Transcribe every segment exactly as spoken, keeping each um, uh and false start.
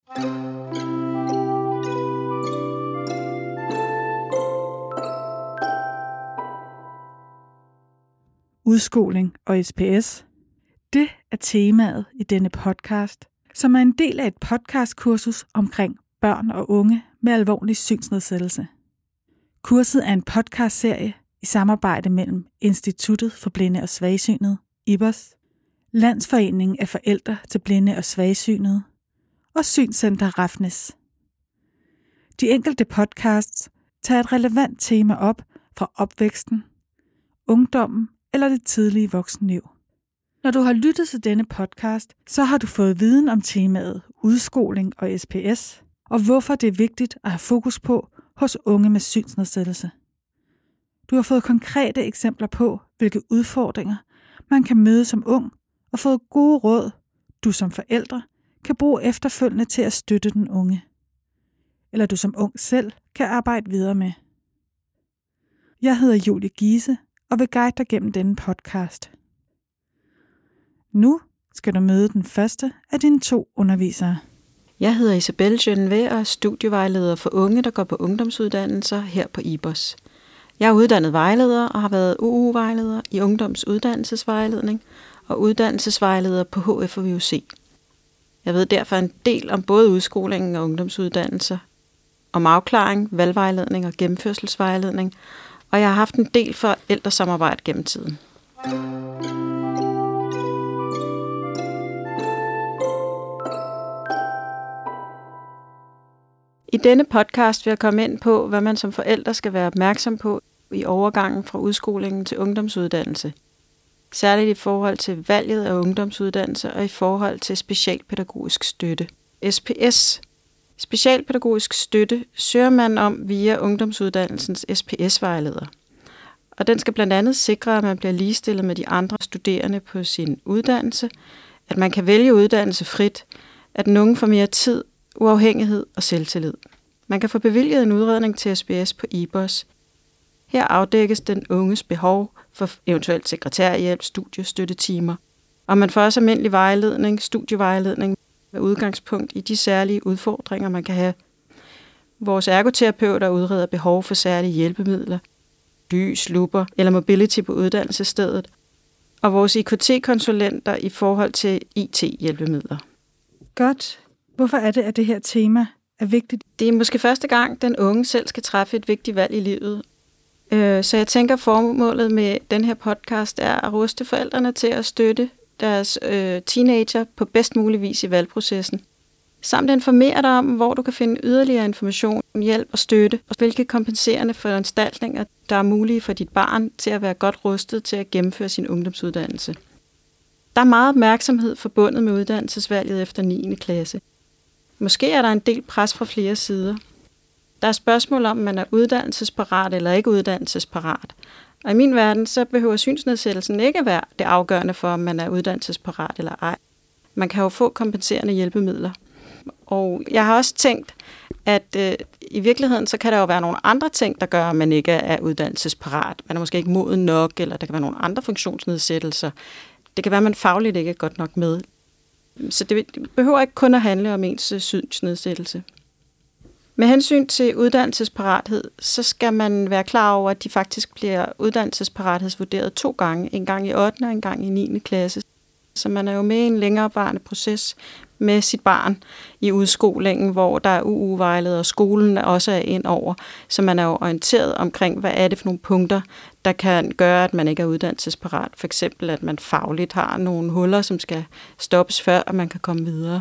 Udskoling og S P S. Det er temaet i denne podcast, som er en del af et podcastkursus omkring børn og unge med alvorlig synsnedsættelse. Kurset er en podcastserie i samarbejde mellem Instituttet for Blinde og Svagsynede, I B O S, Landsforeningen af Forældre til Blinde og Svagsynede og Synscenter Rafnes. De enkelte podcasts tager et relevant tema op fra opvæksten, ungdommen eller det tidlige voksenliv. Når du har lyttet til denne podcast, så har du fået viden om temaet udskoling og S P S, og hvorfor det er vigtigt at have fokus på hos unge med synsnedsættelse. Du har fået konkrete eksempler på, hvilke udfordringer man kan møde som ung, og fået gode råd, du som forældre kan bruge efterfølgende til at støtte den unge. Eller du som ung selv kan arbejde videre med. Jeg hedder Julie Giese og vil guide dig gennem denne podcast. Nu skal du møde den første af dine to undervisere. Jeg hedder Isabelle Genevais og er studievejleder for unge, der går på ungdomsuddannelser her på I B O S. Jeg er uddannet vejleder og har været U U-vejleder i ungdomsuddannelsesvejledning og uddannelsesvejleder på H F og V U C. Jeg ved derfor en del om både udskolingen og ungdomsuddannelser, om afklaring, valgvejledning og gennemførselsvejledning, og jeg har haft en del forældresamarbejde gennem tiden. I denne podcast vil jeg komme ind på, hvad man som forældre skal være opmærksom på i overgangen fra udskolingen til ungdomsuddannelse. Særligt i forhold til valget af ungdomsuddannelse og i forhold til specialpædagogisk støtte. S P S. Specialpædagogisk støtte søger man om via ungdomsuddannelsens S P S-vejleder. Og den skal blandt andet sikre, at man bliver ligestillet med de andre studerende på sin uddannelse, at man kan vælge uddannelse frit, at den unge får mere tid, uafhængighed og selvtillid. Man kan få bevilget en udredning til S P S på I B O S. Her afdækkes den unges behov for eventuelt sekretærhjælp, studiestøttetimer, og man får også almindelig vejledning, studievejledning med udgangspunkt i de særlige udfordringer, man kan have. Vores ergoterapeuter udreder behov for særlige hjælpemidler, lys, luper eller mobility på uddannelsesstedet, og vores I K T-konsulenter i forhold til I T-hjælpemidler. Godt. Hvorfor er det, at det her tema er vigtigt? Det er måske første gang, den unge selv skal træffe et vigtigt valg i livet. Så jeg tænker, formålet med den her podcast er at ruste forældrene til at støtte deres øh, teenager på bedst mulig vis i valgprocessen. Samt informere dig om, hvor du kan finde yderligere information, hjælp og støtte, og hvilke kompenserende foranstaltninger, der er mulige for dit barn til at være godt rustet til at gennemføre sin ungdomsuddannelse. Der er meget opmærksomhed forbundet med uddannelsesvalget efter niende klasse. Måske er der en del pres fra flere sider. Der er spørgsmål om, om man er uddannelsesparat eller ikke uddannelsesparat. Og i min verden, så behøver synsnedsættelsen ikke være det afgørende for, om man er uddannelsesparat eller ej. Man kan jo få kompenserende hjælpemidler. Og jeg har også tænkt, at øh, i virkeligheden, så kan der jo være nogle andre ting, der gør, at man ikke er uddannelsesparat. Man er måske ikke moden nok, eller der kan være nogle andre funktionsnedsættelser. Det kan være, at man fagligt ikke er godt nok med. Så det behøver ikke kun at handle om ens synsnedsættelse. Med hensyn til uddannelsesparathed, så skal man være klar over, at de faktisk bliver uddannelsesparathedsvurderet to gange. En gang i ottende og en gang i niende klasse. Så man er jo med i en længerevarende proces med sit barn i udskolingen, hvor der er U U-vejleder, og skolen også er ind over. Så man er jo orienteret omkring, hvad er det for nogle punkter, der kan gøre, at man ikke er uddannelsesparat. For eksempel, at man fagligt har nogle huller, som skal stoppes før, at man kan komme videre.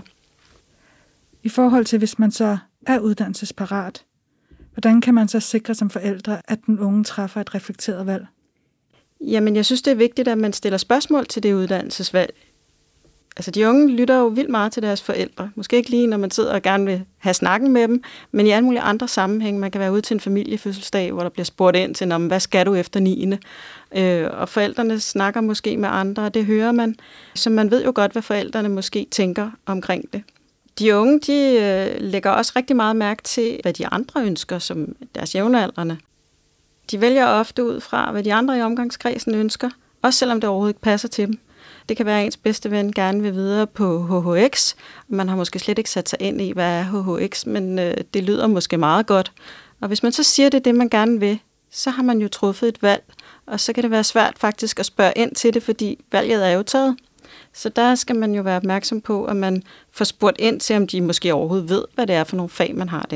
I forhold til, hvis man så er uddannelsesparat, hvordan kan man så sikre som forældre, at den unge træffer et reflekteret valg? Jamen, jeg synes, det er vigtigt, at man stiller spørgsmål til det uddannelsesvalg. Altså, de unge lytter jo vildt meget til deres forældre. Måske ikke lige, når man sidder og gerne vil have snakken med dem, men i alle mulige andre sammenhæng. Man kan være ude til en familiefødselsdag, hvor der bliver spurgt ind til, hvad skal du efter niende? Øh, og forældrene snakker måske med andre, og det hører man. Så man ved jo godt, hvad forældrene måske tænker omkring det. De unge, de øh, lægger også rigtig meget mærke til, hvad de andre ønsker, som deres jævnaldrende. De vælger ofte ud fra, hvad de andre i omgangskredsen ønsker, også selvom det overhovedet ikke passer til dem. Det kan være, at ens bedste ven gerne vil videre på H H X. Man har måske slet ikke sat sig ind i, hvad er H H X, men øh, det lyder måske meget godt. Og hvis man så siger, det er det, man gerne vil, så har man jo truffet et valg. Og så kan det være svært faktisk at spørge ind til det, fordi valget er jo taget. Så der skal man jo være opmærksom på, at man får spurgt ind til, om de måske overhovedet ved, hvad det er for nogle fag, man har der.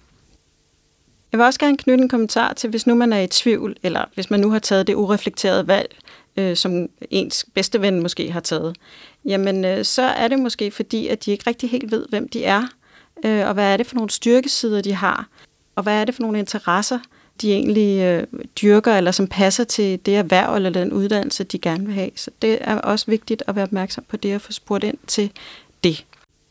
Jeg vil også gerne knytte en kommentar til, hvis nu man er i tvivl, eller hvis man nu har taget det ureflekterede valg, øh, som ens bedste ven måske har taget, jamen øh, så er det måske fordi, at de ikke rigtig helt ved, hvem de er, øh, og hvad er det for nogle styrkesider, de har, og hvad er det for nogle interesser, de egentlig øh, dyrker, eller som passer til det erhverv eller den uddannelse, de gerne vil have. Så det er også vigtigt at være opmærksom på det og få spurgt ind til det.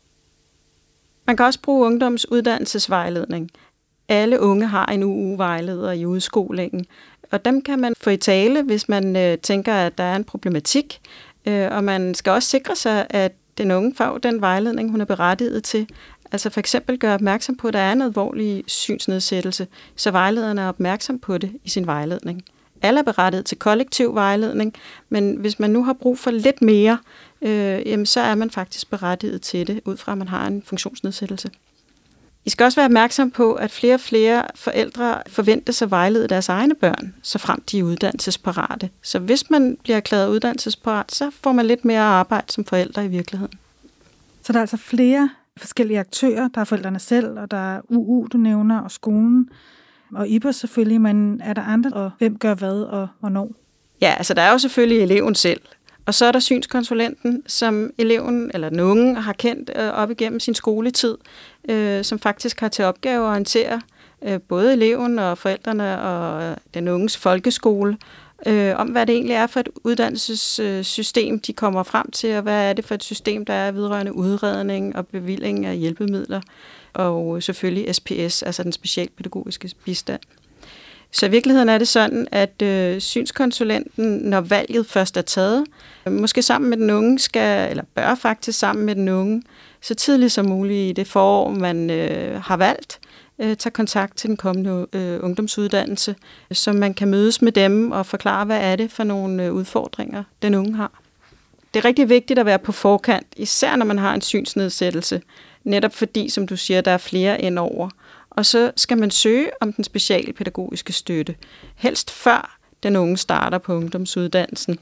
Man kan også bruge ungdomsuddannelsesvejledning. Alle unge har en U U-vejleder i udskolingen, og dem kan man få i tale, hvis man øh, tænker, at der er en problematik. Øh, og man skal også sikre sig, at den unge får den vejledning, hun er berettiget til. Altså for eksempel gøre opmærksom på, at der er en alvorlig synsnedsættelse, så vejlederen er opmærksom på det i sin vejledning. Alle er berettiget til kollektiv vejledning, men hvis man nu har brug for lidt mere, øh, jamen, så er man faktisk berettiget til det, ud fra at man har en funktionsnedsættelse. I skal også være opmærksom på, at flere og flere forældre forventes at vejlede deres egne børn, så frem de er uddannelsesparate. Så hvis man bliver erklæret uddannelsesparat, så får man lidt mere arbejde som forældre i virkeligheden. Så der er altså flere forskellige aktører. Der er forældrene selv, og der er U U, du nævner, og skolen, og I B O S selvfølgelig, men er der andre, og hvem gør hvad og hvornår? Ja, altså der er jo selvfølgelig eleven selv. Og så er der synskonsulenten, som eleven eller den unge har kendt øh, op igennem sin skoletid, øh, som faktisk har til opgave at orientere øh, både eleven og forældrene og den unges folkeskole øh, om, hvad det egentlig er for et uddannelsessystem, de kommer frem til, og hvad er det for et system, der er vedrørende udredning og bevilling af hjælpemidler, og selvfølgelig S P S, altså den specialpædagogiske bistand. Så i virkeligheden er det sådan, at øh, synskonsulenten, når valget først er taget, øh, måske sammen med den unge, skal, eller bør faktisk sammen med den unge, så tidligt som muligt i det forår, man øh, har valgt, øh, tage kontakt til den kommende øh, ungdomsuddannelse, så man kan mødes med dem og forklare, hvad er det for nogle øh, udfordringer, den unge har. Det er rigtig vigtigt at være på forkant, især når man har en synsnedsættelse, netop fordi, som du siger, der er flere indover. Og så skal man søge om den specialpædagogiske støtte, helst før den unge starter på ungdomsuddannelsen.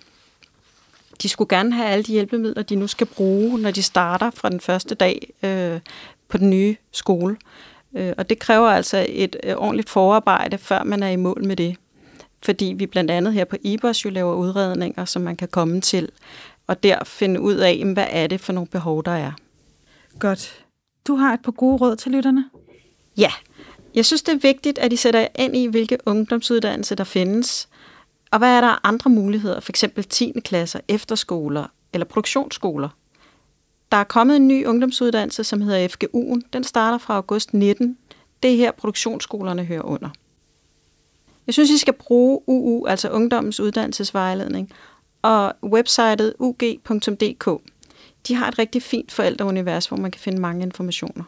De skulle gerne have alle de hjælpemidler, de nu skal bruge, når de starter fra den første dag øh, på den nye skole. Øh, og det kræver altså et øh, ordentligt forarbejde, før man er i mål med det. Fordi vi blandt andet her på I B O S jo laver udredninger, som man kan komme til, og der finde ud af, hvad er det for nogle behov, der er. Godt. Du har et par gode råd til lytterne? Ja, jeg synes, det er vigtigt, at I sætter ind i, hvilke ungdomsuddannelser der findes, og hvad er der andre muligheder, f.eks. tiende klasser, efterskoler eller produktionsskoler. Der er kommet en ny ungdomsuddannelse, som hedder F G U'en. Den starter fra august nitten. Det er her, produktionsskolerne hører under. Jeg synes, I skal bruge U U, altså Ungdommens Uddannelsesvejledning, og websitet u g punktum d k. De har et rigtig fint forældreunivers, hvor man kan finde mange informationer.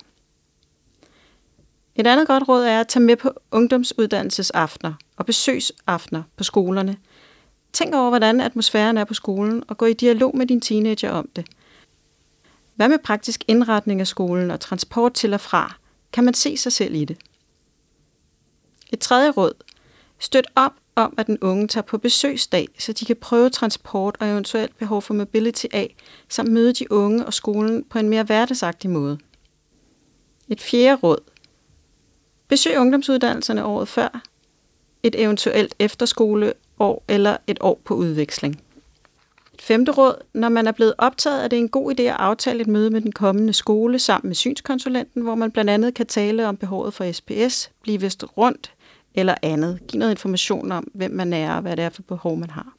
Et andet godt råd er at tage med på ungdomsuddannelsesaftener og besøgsaftener på skolerne. Tænk over, hvordan atmosfæren er på skolen, og gå i dialog med dine teenager om det. Hvad med praktisk indretning af skolen og transport til og fra? Kan man se sig selv i det? Et tredje råd. Støt op om, at den unge tager på besøgsdag, så de kan prøve transport og eventuelt behov for mobility af, samt møde de unge og skolen på en mere hverdagsagtig måde. Et fjerde råd. Besøg ungdomsuddannelserne året før, et eventuelt efterskoleår eller et år på udveksling. Et femte råd. Når man er blevet optaget, er det en god idé at aftale et møde med den kommende skole sammen med synskonsulenten, hvor man blandt andet kan tale om behovet for S P S, blive vist rundt eller andet. Giv noget information om, hvem man er og hvad det er for behov, man har.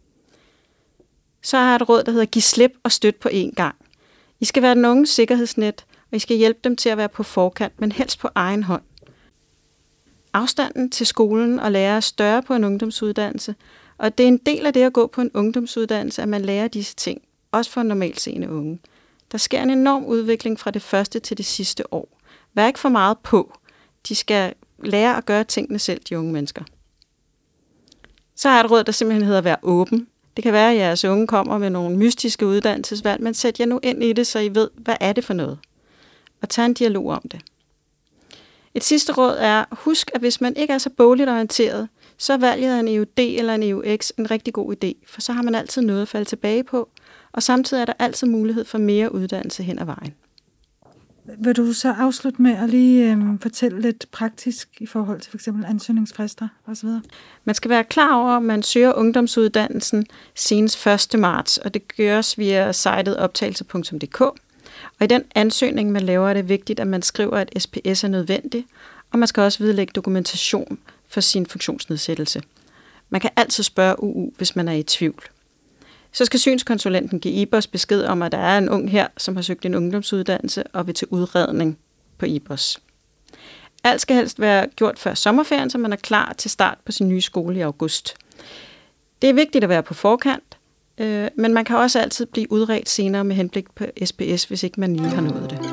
Så har jeg et råd, der hedder giv slip og støt på én gang. I skal være den unges sikkerhedsnet, og I skal hjælpe dem til at være på forkant, men helst på egen hånd. Afstanden til skolen og lære er større på en ungdomsuddannelse, og det er en del af det at gå på en ungdomsuddannelse, at man lærer disse ting, også for en normaltseende unge. Der sker en enorm udvikling fra det første til det sidste år. Vær ikke for meget på. De skal lære at gøre tingene selv, de unge mennesker. Så har jeg et råd, der simpelthen hedder at være åben. Det kan være, at jeres unge kommer med nogle mystiske uddannelsesvalg, men sæt jer nu ind i det, så I ved, hvad er det for noget. Og tag en dialog om det. Et sidste råd er, husk, at hvis man ikke er så bogligt orienteret, så er valget af en E U D eller en E U X en rigtig god idé, for så har man altid noget at falde tilbage på, og samtidig er der altid mulighed for mere uddannelse hen ad vejen. Vil du så afslutte med at lige øh, fortælle lidt praktisk i forhold til f.eks. ansøgningsfrister osv.? Man skal være klar over, at man søger ungdomsuddannelsen senest første marts, og det gøres via sitet optagelse punktum d k. Og i den ansøgning, man laver, er det vigtigt, at man skriver, at S P S er nødvendig, og man skal også vedlægge dokumentation for sin funktionsnedsættelse. Man kan altid spørge U U, hvis man er i tvivl. Så skal synskonsulenten give I B O S besked om, at der er en ung her, som har søgt en ungdomsuddannelse og vil til udredning på I B O S. Alt skal helst være gjort før sommerferien, så man er klar til start på sin nye skole i august. Det er vigtigt at være på forkant, øh, men man kan også altid blive udredt senere med henblik på S P S, hvis ikke man lige har nået det.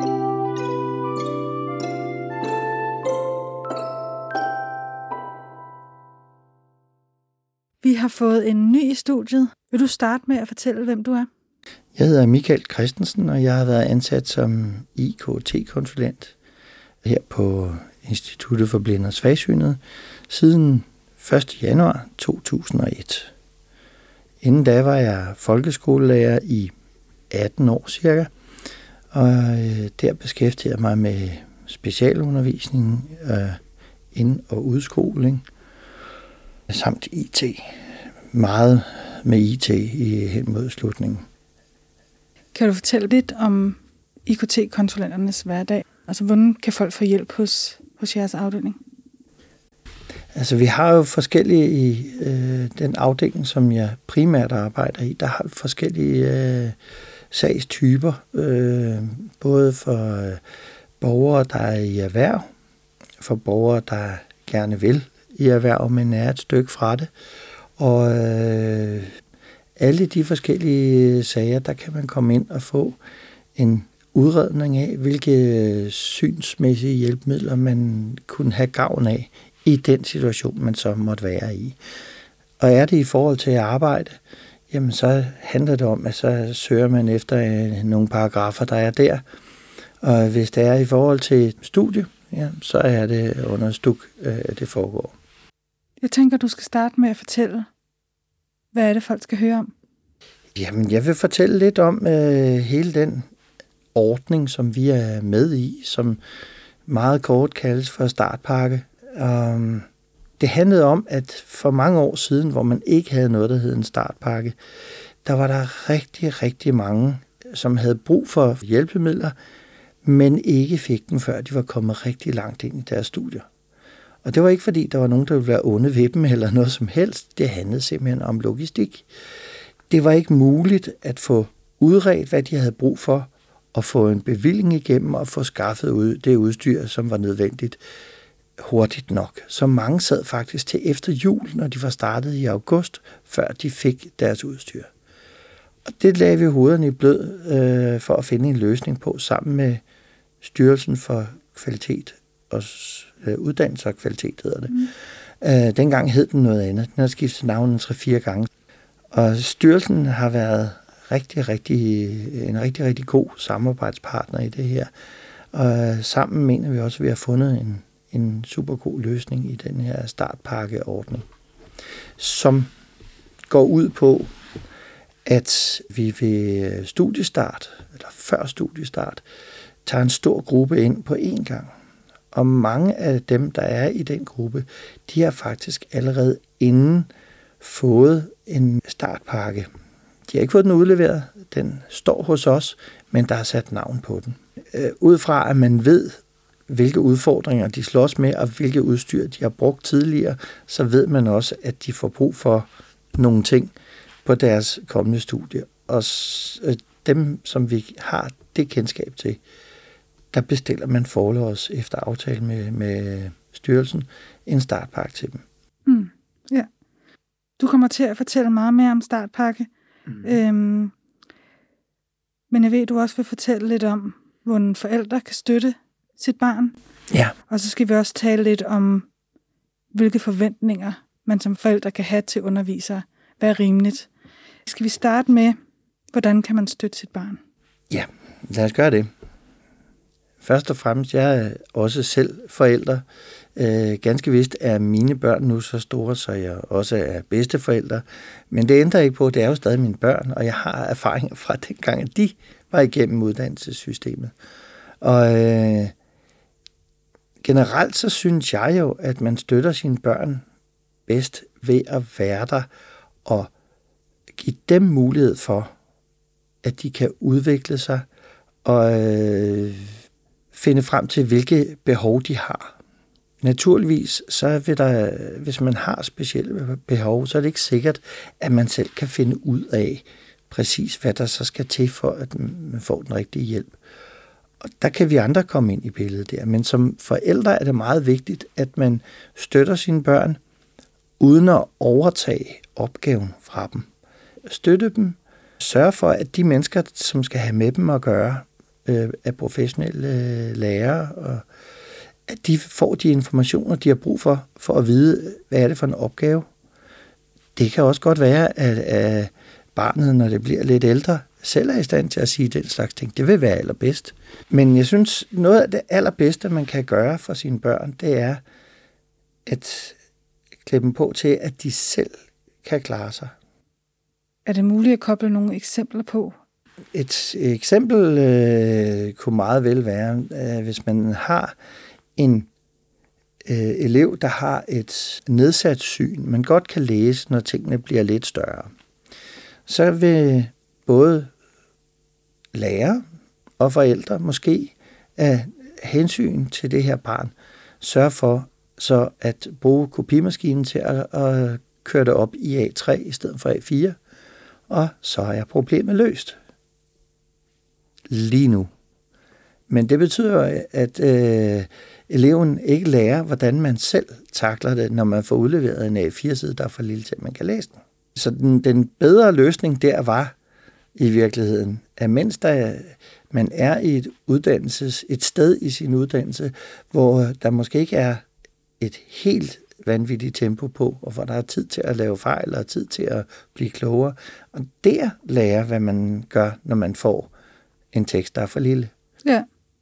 Vi har fået en ny i studiet. Vil du starte med at fortælle, hvem du er? Jeg hedder Michael Christensen, og jeg har været ansat som I K T-konsulent her på Instituttet for Blinde og Svagsynede siden første januar to tusind og et. Inden da var jeg folkeskolelærer i atten år cirka, og der beskæftigede jeg mig med specialundervisning, ind- og udskoling, samt I T. Meget med I T i hen mod slutningen. Kan du fortælle lidt om I K T-konsulenternes hverdag? Altså, hvordan kan folk få hjælp hos, hos jeres afdeling? Altså, vi har jo forskellige i øh, den afdeling, som jeg primært arbejder i. Der har vi forskellige øh, sagstyper, øh, både for øh, borgere, der er i erhverv, for borgere, der gerne vil i erhverv, men er et stykke fra det. Og øh, alle de forskellige sager, der kan man komme ind og få en udredning af, hvilke synsmæssige hjælpemidler man kunne have gavn af i den situation, man så måtte være i. Og er det i forhold til at arbejde, jamen så handler det om, at så søger man efter øh, nogle paragrafer, der er der. Og hvis det er i forhold til et studie, ja, så er det under stuk, øh, det foregår. Jeg tænker, du skal starte med at fortælle, hvad er det, folk skal høre om? Jamen, jeg vil fortælle lidt om øh, hele den ordning, som vi er med i, som meget kort kaldes for startpakke. Um, det handlede om, at for mange år siden, hvor man ikke havde noget, der hed en startpakke, der var der rigtig, rigtig mange, som havde brug for hjælpemidler, men ikke fik dem, før de var kommet rigtig langt ind i deres studier. Og det var ikke, fordi der var nogen, der ville være onde ved dem eller noget som helst. Det handlede simpelthen om logistik. Det var ikke muligt at få udredt, hvad de havde brug for, og få en bevilling igennem og få skaffet ud det udstyr, som var nødvendigt hurtigt nok. Så mange sad faktisk til efter jul, når de var startet i august, før de fik deres udstyr. Og det lagde vi hovederne i blød øh, for at finde en løsning på, sammen med Styrelsen for Kvalitet og øh, Uddannelse og Kvalitet, hedder det. Mm. Øh, dengang hed den noget andet. Den har skiftet navn tre-fire gange. Og styrelsen har været rigtig, rigtig, en rigtig, rigtig god samarbejdspartner i det her. Og sammen mener vi også, at vi har fundet en, en super god løsning i den her startpakkeordning, som går ud på, at vi ved studiestart, eller før studiestart, tager en stor gruppe ind på én gang. Og mange af dem, der er i den gruppe, de har faktisk allerede inden fået en startpakke. De har ikke fået den udleveret. Den står hos os, men der er sat navn på den. Øh, ud fra, at man ved, hvilke udfordringer de slås med, og hvilke udstyr de har brugt tidligere, så ved man også, at de får brug for nogle ting på deres kommende studie. Og dem, som vi har det kendskab til, der bestiller man forlods efter aftale med, med styrelsen en startpakke til dem. Mm, ja. Du kommer til at fortælle meget mere om startpakke. Mm. Øhm, men jeg ved, du også vil fortælle lidt om, hvordan forældre kan støtte sit barn. Ja. Og så skal vi også tale lidt om, hvilke forventninger man som forældre kan have til undervisere, være rimeligt. Skal vi starte med, hvordan kan man støtte sit barn? Ja, lad os gøre det. Først og fremmest, jeg er også selv forælder. Øh, ganske vist er mine børn nu så store, så jeg også er bedsteforælder. Men det ændrer ikke på, det er jo stadig mine børn, og jeg har erfaringer fra dengang, at de var igennem uddannelsessystemet. Og øh, generelt så synes jeg jo, at man støtter sine børn bedst ved at være der og give dem mulighed for, at de kan udvikle sig og øh, finde frem til, hvilke behov de har. Naturligvis, så vil der, hvis man har specielle behov, så er det ikke sikkert, at man selv kan finde ud af præcis, hvad der så skal til for, at man får den rigtige hjælp. Og der kan vi andre komme ind i billedet der. Men som forældre er det meget vigtigt, at man støtter sine børn, uden at overtage opgaven fra dem. Støtte dem, sørge for, at de mennesker, som skal have med dem at gøre, øh, er professionelle øh, lærere, og at de får de informationer, de har brug for, for at vide, hvad er det for en opgave. Det kan også godt være, at, at barnet, når det bliver lidt ældre, selv er i stand til at sige den slags ting. Det vil være allerbedst. Men jeg synes, noget af det allerbedste, man kan gøre for sine børn, det er at klæde dem på til, at de selv kan klare sig. Er det muligt at koble nogle eksempler på? Et eksempel øh, kunne meget vel være, øh, hvis man har en øh, elev, der har et nedsat syn, man godt kan læse, når tingene bliver lidt større. Så vil både lærer og forældre måske af hensyn til det her barn sørge for så at bruge kopimaskinen til at, at køre det op i A tre i stedet for A fire, og så er problemet løst. Lige nu. Men det betyder, at øh, eleven ikke lærer, hvordan man selv takler det, når man får udleveret en A fire side, der er for lille til, at man kan læse den. Så den, den bedre løsning der var i virkeligheden, at mens der, man er i et uddannelses, et sted i sin uddannelse, hvor der måske ikke er et helt vanvittigt tempo på, og hvor der er tid til at lave fejl, og tid til at blive klogere. Og der lærer, hvad man gør, når man får en tekst, der er for lille. Ja.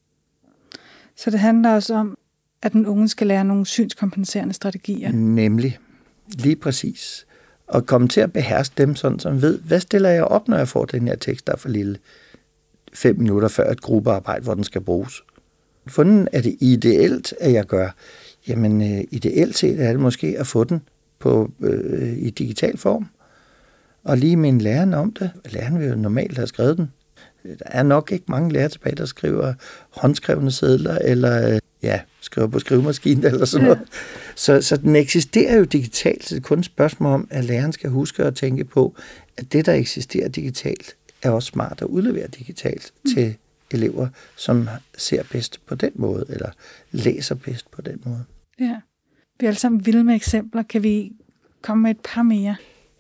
Så det handler også om, at den unge skal lære nogle synskompenserende strategier. Nemlig. Lige præcis. Og komme til at beherske dem, sådan som ved, hvad stiller jeg op, når jeg får den her tekst, der er for lille? Fem minutter før et gruppearbejde, hvor den skal bruges. Hvordan er det ideelt, at jeg gør? Jamen, øh, ideelt set er det måske at få den på, øh, i digital form. Og lige minde læreren om det. Læreren vil jo normalt have skrevet den. Der er nok ikke mange lærere tilbage, der skriver håndskrevne sedler, eller øh, ja, skriver på skrivemaskinen eller sådan noget. Ja. Så, så den eksisterer jo digitalt. Så det er kun et spørgsmål om, at læreren skal huske at tænke på, at det, der eksisterer digitalt, er også smart at udlevere digitalt mm. til elever, som ser bedst på den måde, eller læser bedst på den måde. Ja. Vi er alle sammen vilde med eksempler. Kan vi komme med et par mere?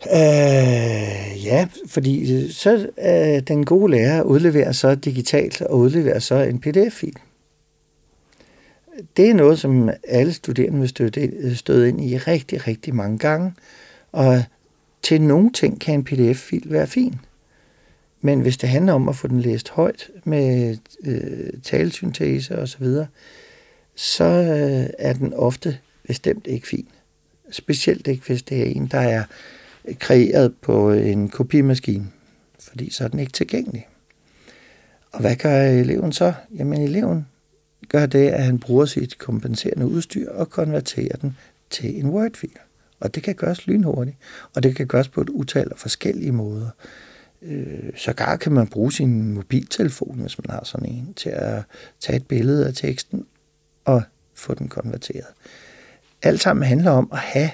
Øh, ja, fordi så øh, den gode lærer udleverer så digitalt og udleverer så en P D F-fil. Det er noget, som alle studerende vil støde, støde ind i rigtig, rigtig mange gange, og til nogle ting kan en P D F-fil være fin. Men hvis det handler om at få den læst højt med øh, talesyntese og så videre, så øh, er den ofte bestemt ikke fin. Specielt ikke, hvis det er en, der er kreeret på en kopimaskine, fordi så er den ikke tilgængelig. Og hvad gør eleven så? Jamen eleven gør det, at han bruger sit kompenserende udstyr og konverterer den til en Word-fil. Og det kan gøres lynhurtigt, og det kan gøres på et utal af forskellige måder. Øh, sågar kan man bruge sin mobiltelefon, hvis man har sådan en, til at tage et billede af teksten og få den konverteret. Alt sammen handler om at have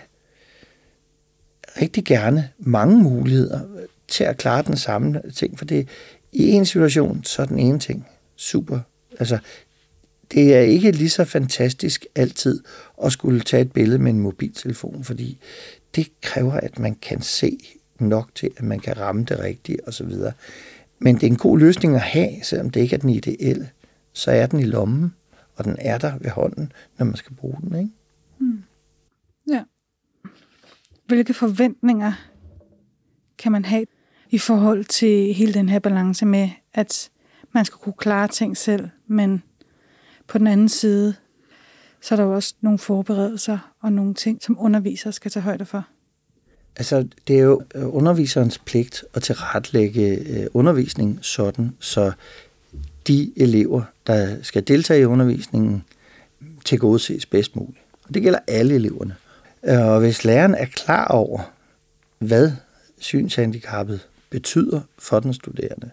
rigtig gerne mange muligheder til at klare den samme ting, for det i en situation, så er den ene ting super. Altså, det er ikke lige så fantastisk altid at skulle tage et billede med en mobiltelefon, fordi det kræver, at man kan se nok til, at man kan ramme det rigtige osv. Men det er en god løsning at have, selvom det ikke er den ideelle. Så er den i lommen, og den er der ved hånden, når man skal bruge den, ikke? Hmm. Ja. Hvilke forventninger kan man have i forhold til hele den her balance med, at man skal kunne klare ting selv, men på den anden side, så er der jo også nogle forberedelser og nogle ting, som undervisere skal tage højde for. Altså, det er jo underviserens pligt at tilrettelægge undervisning sådan, så de elever, der skal deltage i undervisningen, tilgodeses bedst muligt. Og det gælder alle eleverne. Og hvis læreren er klar over, hvad synshandicappet betyder for den studerende,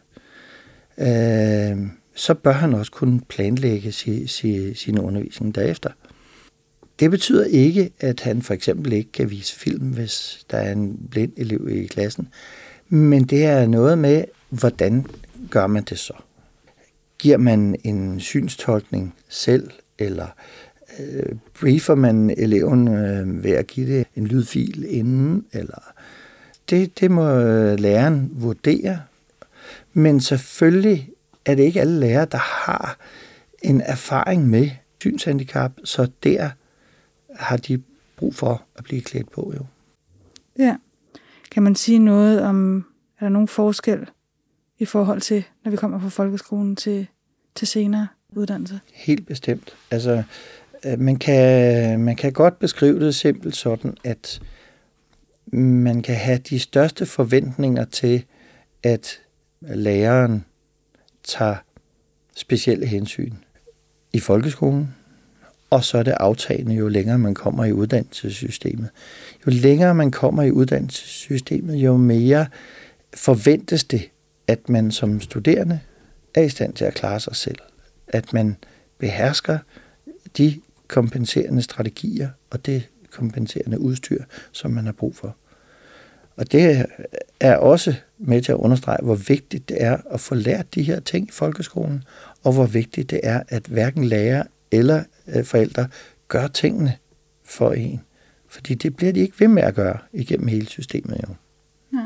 øh, så bør han også kunne planlægge si, si, sin undervisning derefter. Det betyder ikke, at han for eksempel ikke kan vise film, hvis der er en blind elev i klassen, men det er noget med, hvordan gør man det så? Giver man en synstolkning selv, eller øh, briefer man eleven øh, ved at give det en lydfil inden, eller det, det må læreren vurdere. Men selvfølgelig er det ikke alle lærere, der har en erfaring med synshandicap, så der har de brug for at blive klædt på, jo. Ja. Kan man sige noget om, er der nogen forskel i forhold til, når vi kommer fra folkeskolen til, til senere uddannelse? Helt bestemt. Altså, man kan, man kan godt beskrive det simpelt sådan, at man kan have de største forventninger til, at læreren tager specielle hensyn i folkeskolen, og så er det aftagende, jo længere man kommer i uddannelsessystemet. Jo længere man kommer i uddannelsessystemet, jo mere forventes det, at man som studerende er i stand til at klare sig selv. At man behersker de kompenserende strategier og det kompenserende udstyr, som man har brug for. Og det er også med til at understrege, hvor vigtigt det er at få lært de her ting i folkeskolen, og hvor vigtigt det er, at hverken lærer eller forældre gør tingene for en. Fordi det bliver de ikke ved med at gøre igennem hele systemet, jo. Nej.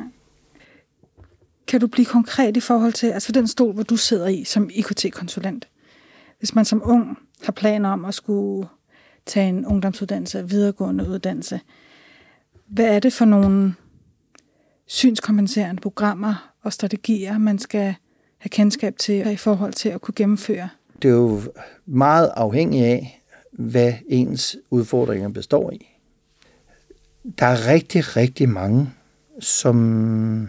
Kan du blive konkret i forhold til, altså den stol, hvor du sidder i som I K T-konsulent? Hvis man som ung har planer om at skulle tage en ungdomsuddannelse, videregående uddannelse, hvad er det for nogle synskompenserende programmer og strategier, man skal have kendskab til i forhold til at kunne gennemføre? Det er jo meget afhængigt af, hvad ens udfordringer består i. Der er rigtig, rigtig mange, som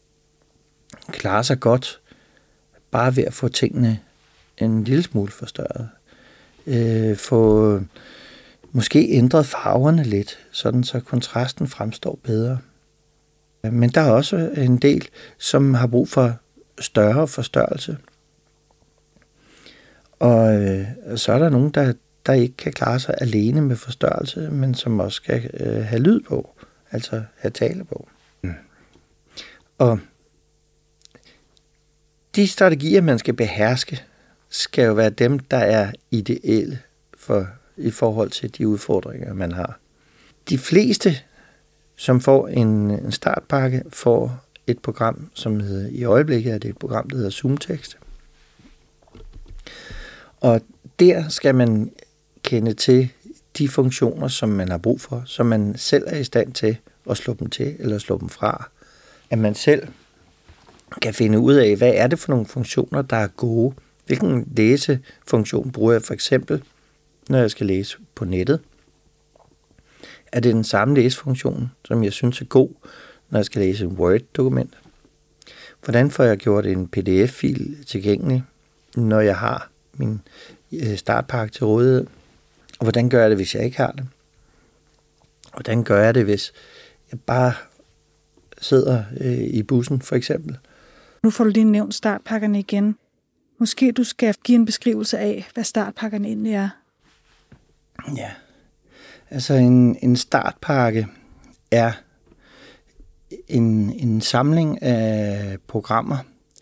klarer sig godt bare ved at få tingene en lille smule forstørret. Øh, få måske ændret farverne lidt, sådan så kontrasten fremstår bedre. Men der er også en del, som har brug for større forstørrelse. Og øh, så er der nogen, der, der ikke kan klare sig alene med forstørrelse, men som også skal øh, have lyd på, altså have tale på. Mm. Og de strategier, man skal beherske, skal jo være dem, der er ideelle for, i forhold til de udfordringer, man har. De fleste, som får en, en startpakke, får et program, som hedder, i øjeblikket er det et program, der hedder ZoomText. Og der skal man kende til de funktioner, som man har brug for, som man selv er i stand til at slå dem til eller slå dem fra. At man selv kan finde ud af, hvad er det for nogle funktioner, der er gode. Hvilken læsefunktion bruger jeg for eksempel, når jeg skal læse på nettet? Er det den samme læsefunktion, som jeg synes er god, når jeg skal læse et Word-dokument? Hvordan får jeg gjort en P D F-fil tilgængelig, når jeg har min startpakke til rådighed? Og hvordan gør jeg det, hvis jeg ikke har det? Hvordan gør jeg det, hvis jeg bare sidder i bussen, for eksempel? Nu får du lige nævnt startpakkerne igen. Måske du skal give en beskrivelse af, hvad startpakkerne egentlig er. Ja, altså en, en startpakke er en, en samling af programmer,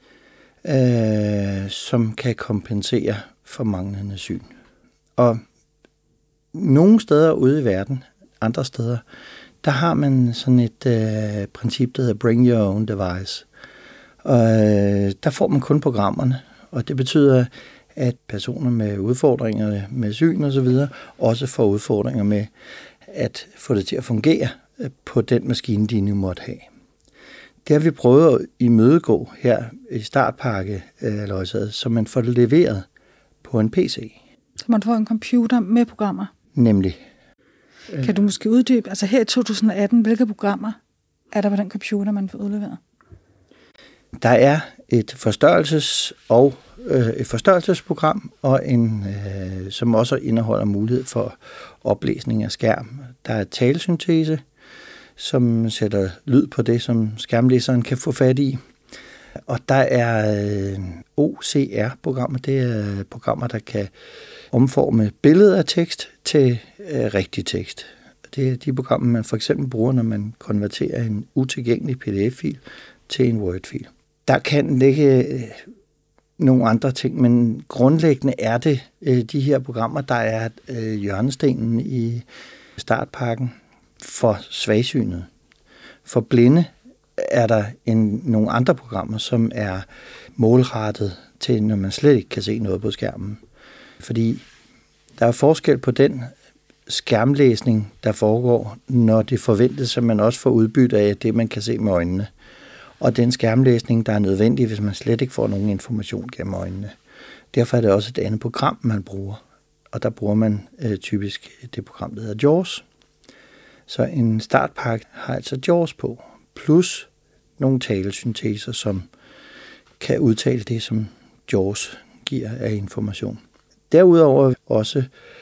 øh, som kan kompensere for manglende syn. Og nogle steder ude i verden, andre steder, der har man sådan et øh, princip, der hedder bring your own device. Og øh, der får man kun programmerne, og det betyder, at personer med udfordringer med syn og så videre også får udfordringer med at få det til at fungere på den maskine, de nu måtte have. Det har vi prøvet at imødegå her i startpakke, øh, så man får det leveret på en P C. Så man får en computer med programmer? Nemlig. Kan du måske uddybe, altså her i to tusind atten, hvilke programmer er der på den computer, man får udleveret? Der er et forstørrelses- og øh, et forstørrelsesprogram, og en, øh, som også indeholder mulighed for oplæsning af skærm. Der er talesyntese, som sætter lyd på det, som skærmlæseren kan få fat i. Og der er øh, O C R-programmer. Det er programmer, der kan omforme billeder af tekst til øh, rigtig tekst. Det er de programmer, man for eksempel bruger, når man konverterer en utilgængelig P D F-fil til en Word-fil. Der kan ligge øh, nogle andre ting, men grundlæggende er det øh, de her programmer, der er øh, hjørnestenen i startpakken for svagsynede. For blinde er der en, nogle andre programmer, som er målrettet til, når man slet ikke kan se noget på skærmen. Fordi der er forskel på den skærmlæsning, der foregår, når det forventes, at man også får udbytte af det, man kan se med øjnene. Og den skærmlæsning, der er nødvendig, hvis man slet ikke får nogen information gennem øjnene. Derfor er det også et andet program, man bruger. Og der bruger man øh, typisk det program, der hedder JAWS. Så en startpakke har altså JAWS på, plus nogle talesynteser, som kan udtale det, som JAWS giver af information. Derudover også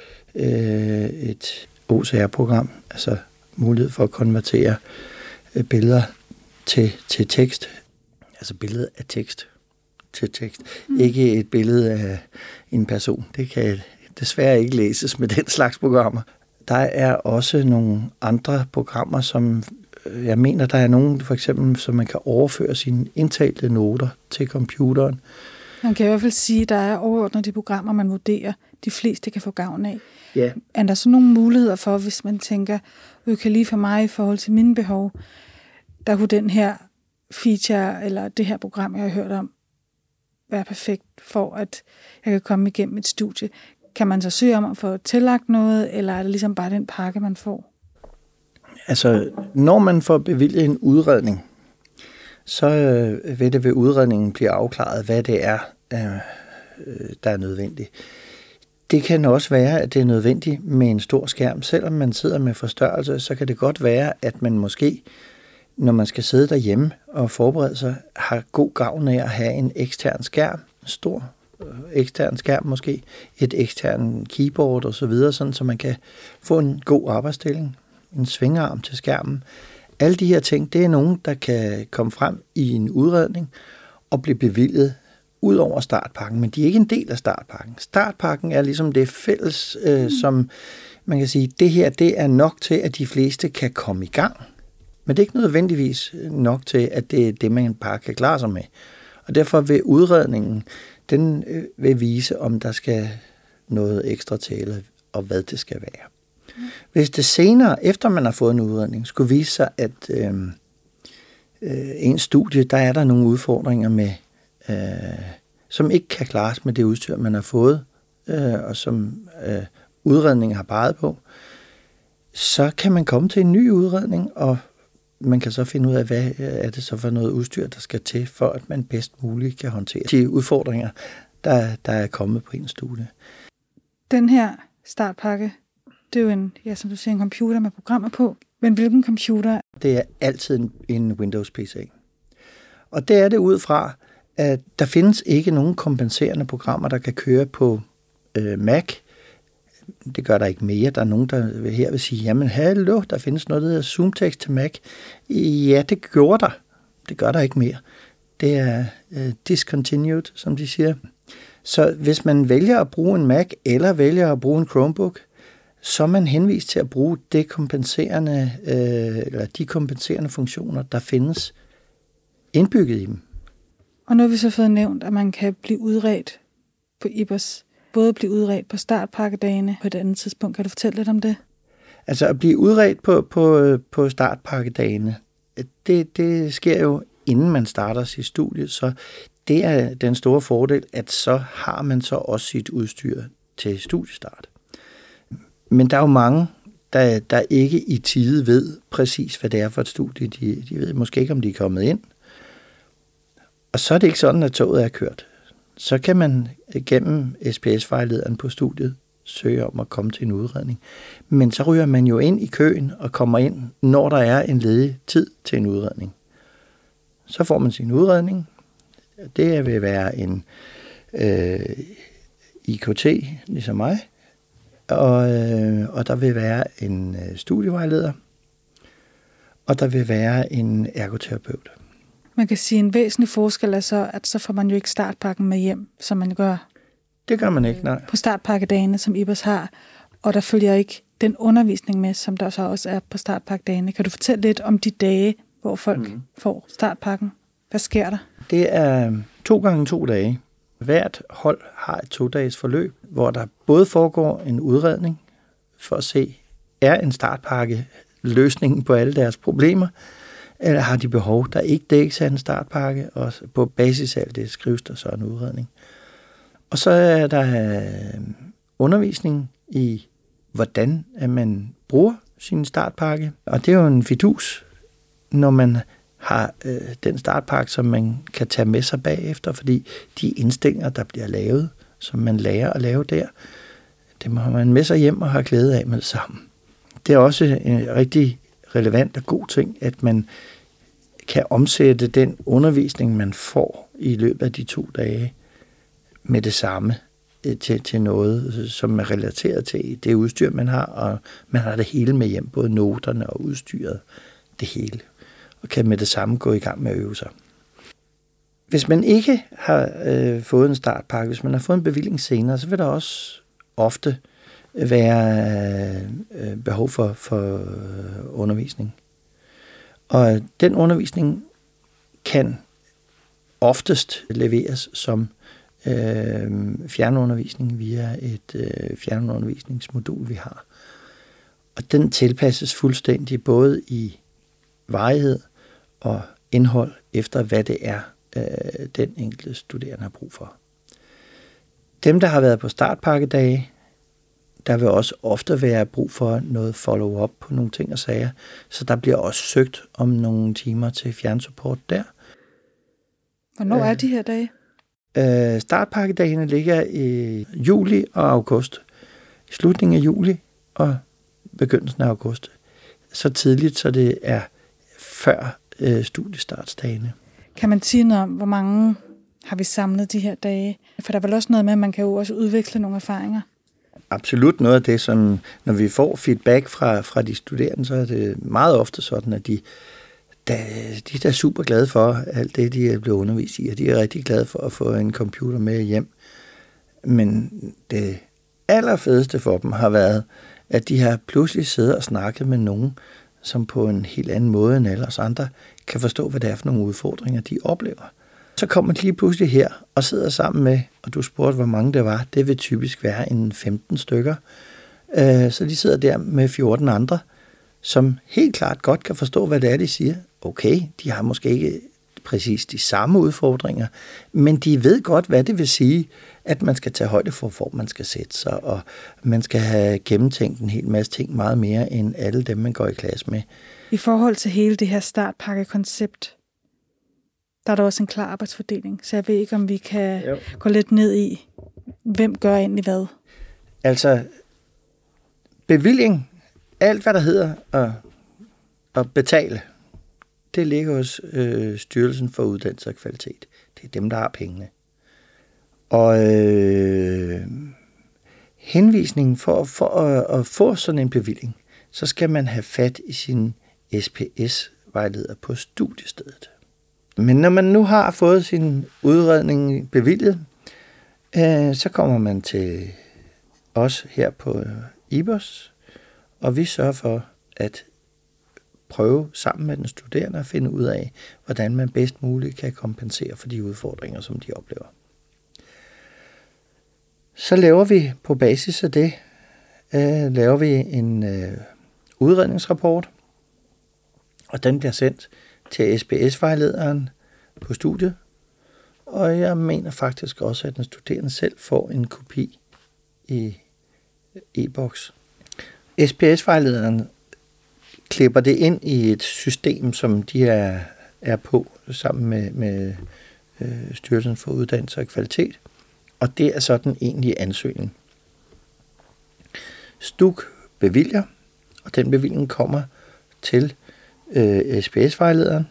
øh, et O C R-program, altså mulighed for at konvertere øh, billeder til, til tekst, altså billede af tekst til tekst. Mm. Ikke et billede af en person. Det kan desværre ikke læses med den slags programmer. Der er også nogle andre programmer, som jeg mener, der er nogle, for eksempel, så man kan overføre sine indtalte noter til computeren. Man kan i hvert fald sige, at der er overordnet de programmer, man vurderer, de fleste kan få gavn af. Ja. Er der så nogle muligheder for, hvis man tænker, det kan lige for mig i forhold til mine behov, der kunne den her feature, eller det her program, jeg har hørt om, være perfekt for, at jeg kan komme igennem et studie. Kan man så søge om at få tillagt noget, eller er det ligesom bare den pakke, man får? Altså, når man får bevilget en udredning, så øh, vil det ved udredningen blive afklaret, hvad det er, øh, der er nødvendigt. Det kan også være, at det er nødvendigt med en stor skærm. Selvom man sidder med forstørrelse, så kan det godt være, at man måske, når man skal sidde derhjemme og forberede sig, har god gavn af at have en ekstern skærm, en stor ekstern skærm måske, et ekstern keyboard osv., sådan så man kan få en god arbejdsstilling, en svingarm til skærmen. Alle de her ting, det er nogen, der kan komme frem i en udredning og blive bevilget ud over startpakken, men de er ikke en del af startpakken. Startpakken er ligesom det fælles, øh, mm. som man kan sige, det her, det er nok til, at de fleste kan komme i gang. Men det er ikke nødvendigvis nok til, at det er det, man bare kan klare sig med. Og derfor vil udredningen, den øh, vil vise, om der skal noget ekstra til, og hvad det skal være. Mm. Hvis det senere, efter man har fået en udredning, skulle vise sig, at øh, øh, en studie, der er der nogle udfordringer med, øh, som ikke kan klares med det udstyr, man har fået, øh, og som øh, udredningen har peget på, så kan man komme til en ny udredning, og man kan så finde ud af, hvad er det så for noget udstyr, der skal til, for at man bedst muligt kan håndtere de udfordringer, der, der er kommet på en studie. Den her startpakke, det er jo en, ja, som du siger, en computer med programmer på. Men hvilken computer? Det er altid en, en Windows P C. Og det er det ud fra, at der findes ikke nogen kompenserende programmer, der kan køre på øh, Mac. Det gør der ikke mere. Der er nogen, der her vil sige, jamen hallo, der findes noget, der hedder ZoomText til Mac. Ja, det gjorde der. Det gør der ikke mere. Det er uh, discontinued, som de siger. Så hvis man vælger at bruge en Mac, eller vælger at bruge en Chromebook, så er man henvist til at bruge det kompenserende, øh, eller de kompenserende funktioner, der findes indbygget i dem. Og nu har vi så fået nævnt, at man kan blive udredt på I B O S. Både blive udredt på startpakkedagene på et andet tidspunkt. Kan du fortælle lidt om det? Altså at blive udredt på, på, på startpakkedagene, det, det sker jo inden man starter sit studie, så det er den store fordel, at så har man så også sit udstyr til studiestart. Men der er jo mange, der, der ikke i tide ved præcis, hvad det er for et studie. De, de ved måske ikke, om de er kommet ind. Og så er det ikke sådan, at toget er kørt. Så kan man gennem S P S-vejlederen på studiet søge om at komme til en udredning. Men så ryger man jo ind i køen og kommer ind, når der er en ledig tid til en udredning. Så får man sin udredning. Det vil være en øh, I K T, ligesom mig. Og, øh, og der vil være en øh, studievejleder. Og der vil være en ergoterapeut. Man kan sige, at en væsentlig forskel er så, at så får man jo ikke startpakken med hjem, som man gør. Det gør man ikke, nej. På startpakkedagene, som I B O S har, og der følger ikke den undervisning med, som der så også er på startpakkedagene. Kan du fortælle lidt om de dage, hvor folk mm. får startpakken? Hvad sker der? Det er to gange to dage. Hvert hold har et to-dages forløb, hvor der både foregår en udredning for at se, er en startpakke løsningen på alle deres problemer, eller har de behov, der ikke dækkes af en startpakke, og på basis af det skrives der så en udredning. Og så er der undervisning i, hvordan man bruger sin startpakke, og det er jo en fidus, når man har øh, den startpakke, som man kan tage med sig bagefter, fordi de indstillinger, der bliver lavet, som man lærer at lave der, det må man med sig hjem og have glæde af med det sammen. Det er også en rigtig relevant og god ting, at man kan omsætte den undervisning, man får i løbet af de to dage, med det samme til, til noget, som er relateret til det udstyr, man har, og man har det hele med hjem, både noterne og udstyret, det hele, og kan med det samme gå i gang med at øve sig. Hvis man ikke har øh, fået en startpakke, hvis man har fået en bevilling senere, så vil der også ofte være øh, behov for, for øh, undervisning. Og den undervisning kan oftest leveres som øh, fjernundervisning via et øh, fjernundervisningsmodul, vi har. Og den tilpasses fuldstændig både i varighed og indhold efter, hvad det er, øh, den enkelte studerende har brug for. Dem, der har været på startpakkedage, der vil også ofte være brug for noget follow-up på nogle ting og sager, så der bliver også søgt om nogle timer til fjernsupport der. Hvornår er de her dage? Øh, startpakkedagene ligger i juli og august. I slutningen af juli og begyndelsen af august. Så tidligt, så det er før øh, studiestartsdagene. Kan man sige noget om, hvor mange har vi samlet de her dage? For der er vel også noget med, at man kan jo også udveksle nogle erfaringer. Absolut noget af det, som når vi får feedback fra, fra de studerende, så er det meget ofte sådan, at de, da, de er da super glade for alt det, de er blevet undervist i, og de er rigtig glade for at få en computer med hjem. Men det allerfedeste for dem har været, at de har pludselig siddet og snakket med nogen, som på en helt anden måde end alle os andre kan forstå, hvad det er for nogle udfordringer, de oplever. Så kommer de lige pludselig her og sidder sammen med, og du spurgte, hvor mange det var, det vil typisk være en femten stykker. Så de sidder der med fjorten andre, som helt klart godt kan forstå, hvad det er, de siger. Okay, de har måske ikke præcis de samme udfordringer, men de ved godt, hvad det vil sige, at man skal tage højde for, hvor man skal sætte sig, og man skal have gennemtænkt en hel masse ting meget mere, end alle dem, man går i klasse med. I forhold til hele det her startpakkekoncept, der er der også en klar arbejdsfordeling, så jeg ved ikke, om vi kan jo. gå lidt ned i, hvem gør egentlig hvad. Altså, bevilling, alt hvad der hedder at, at betale, det ligger hos øh, Styrelsen for Uddannelse og Kvalitet. Det er dem, der har pengene. Og øh, henvisningen for, for at, at få sådan en bevilling, så skal man have fat i sin S P S-vejleder på studiestedet. Men når man nu har fået sin udredning bevilget, øh, så kommer man til os her på I B O S, og vi sørger for at prøve sammen med den studerende at finde ud af, hvordan man bedst muligt kan kompensere for de udfordringer, som de oplever. Så laver vi på basis af det, øh, laver vi en øh, udredningsrapport, og den bliver sendt til S P S-vejlederen på studiet, og jeg mener faktisk også, at den studerende selv får en kopi i e-boks. S P S-vejlederen klipper det ind i et system, som de er, er på sammen med, med øh, Styrelsen for Uddannelse og Kvalitet. Og det er så den egentlige ansøgning. S T U K bevilger, og den bevilling kommer til øh, S P S-vejlederen.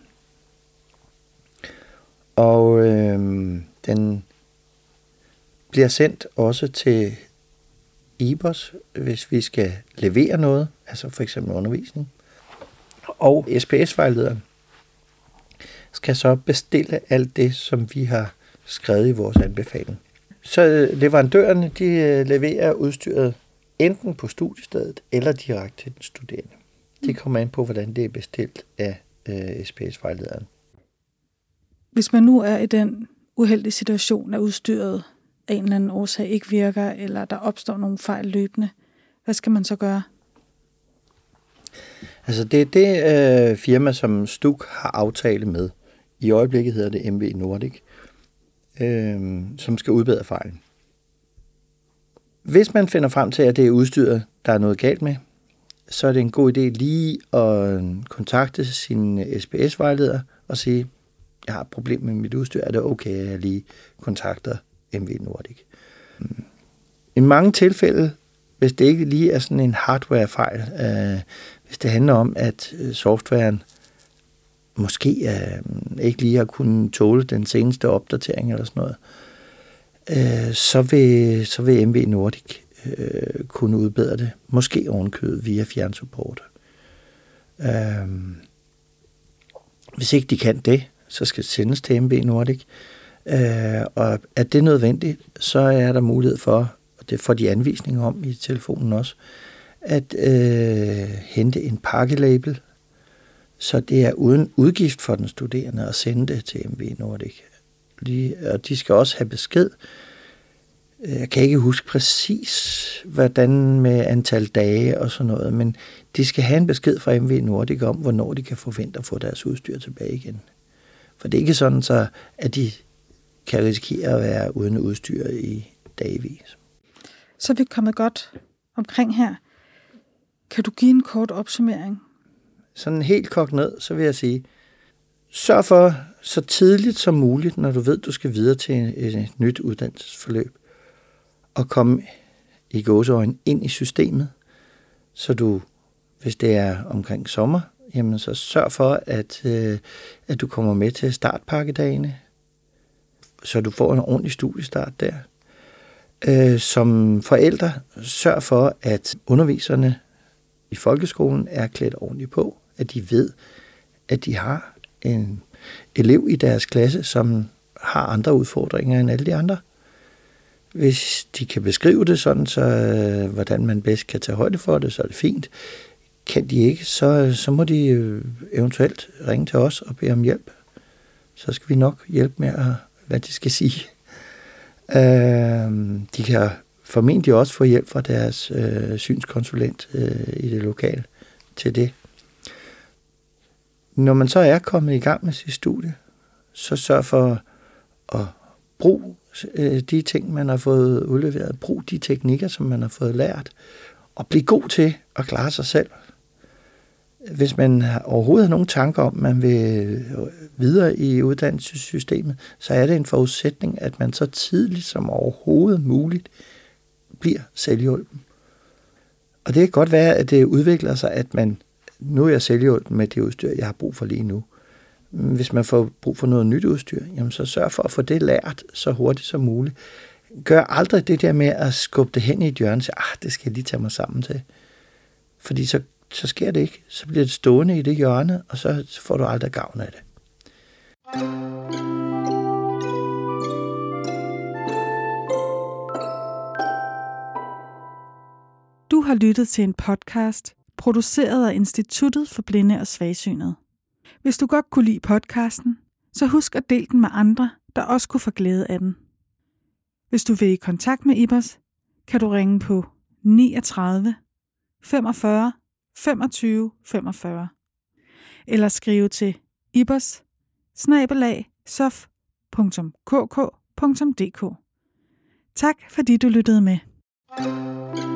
Og øh, den bliver sendt også til I B O S, hvis vi skal levere noget, altså for eksempel undervisning. Og S P S-vejlederen skal så bestille alt det, som vi har skrevet i vores anbefaling. Så leverandørerne, de leverer udstyret enten på studiestedet eller direkte til den studerende. Det kommer an på, hvordan det er bestilt af øh, S P S-vejlederen. Hvis man nu er i den uheldige situation, at udstyret af en eller anden årsag ikke virker, eller der opstår nogle fejl løbende, hvad skal man så gøre? Altså det er det øh, firma, som S T U K har aftale med. I øjeblikket hedder det M V Nordic, øh, som skal udbedre fejlen. Hvis man finder frem til, at det er udstyret, der er noget galt med, så er det en god idé lige at kontakte sin S P S-vejleder og sige, jeg har et problem med mit udstyr, er det okay, at jeg lige kontakter M V Nordic. I mange tilfælde, hvis det ikke lige er sådan en hardware-fejl, øh, hvis det handler om, at softwaren måske øh, ikke lige har kunnet tåle den seneste opdatering eller sådan noget, øh, så, vil, så vil M V Nordic øh, kunne udbedre det. Måske ovenkøbet via fjernsupport. Øh, hvis ikke de kan det, så skal det sendes til M V Nordic. Øh, og er det nødvendigt, så er der mulighed for, og det får de anvisninger om i telefonen også, at øh, hente en pakkelabel, så det er uden udgift for den studerende at sende det til M V Nordic. De, og de skal også have besked. Jeg kan ikke huske præcis, hvordan med antal dage og sådan noget, men de skal have en besked fra M V Nordic om, hvornår de kan forvente at få deres udstyr tilbage igen. For det er ikke sådan, så at de kan risikere at være uden udstyr i dagvis. Så er vi kommet godt omkring her. Kan du give en kort opsummering? Sådan helt kogt ned, så vil jeg sige, sørg for så tidligt som muligt, når du ved, du skal videre til et nyt uddannelsesforløb, og komme i gåseøjne ind i systemet, så du, hvis det er omkring sommer, jamen så sørg for, at, øh, at du kommer med til startpakkedagene, så du får en ordentlig studiestart der. Øh, som forældre, sørg for, at underviserne i folkeskolen er klædt ordentligt på, at de ved, at de har en elev i deres klasse, som har andre udfordringer end alle de andre. Hvis de kan beskrive det sådan, så øh, hvordan man bedst kan tage højde for det, så er det fint. Kan de ikke, så, så må de øh, eventuelt ringe til os og bede om hjælp. Så skal vi nok hjælpe med, at, hvad de skal sige. Øh, de kan formentlig også få hjælp fra deres øh, synskonsulent øh, i det lokale til det. Når man så er kommet i gang med sit studie, så sørg for at bruge øh, de ting, man har fået udleveret. Brug de teknikker, som man har fået lært. Og bliv god til at klare sig selv. Hvis man overhovedet har nogle tanker om, at man vil videre i uddannelsessystemet, så er det en forudsætning, at man så tidligt som overhovedet muligt bliver selvhjulpen. Og det kan godt være, at det udvikler sig, at man, nu er jeg selvhjulpen med det udstyr, jeg har brug for lige nu. Hvis man får brug for noget nyt udstyr, jamen så sørg for at få det lært så hurtigt som muligt. Gør aldrig det der med at skubbe det hen i et hjørne og sige, ah, det skal jeg lige tage mig sammen til. Fordi så, så sker det ikke. Så bliver det stående i det hjørne, og så får du aldrig gavn af det. Du har lyttet til en podcast, produceret af Instituttet for Blinde og Svagsynede. Hvis du godt kunne lide podcasten, så husk at dele den med andre, der også kunne få glæde af den. Hvis du vil i kontakt med I B O S, kan du ringe på niogtredive femogfyrre femogtyve femogfyrre eller skrive til ibos bindestreg sof punktum k k punktum d k. Tak fordi du lyttede med.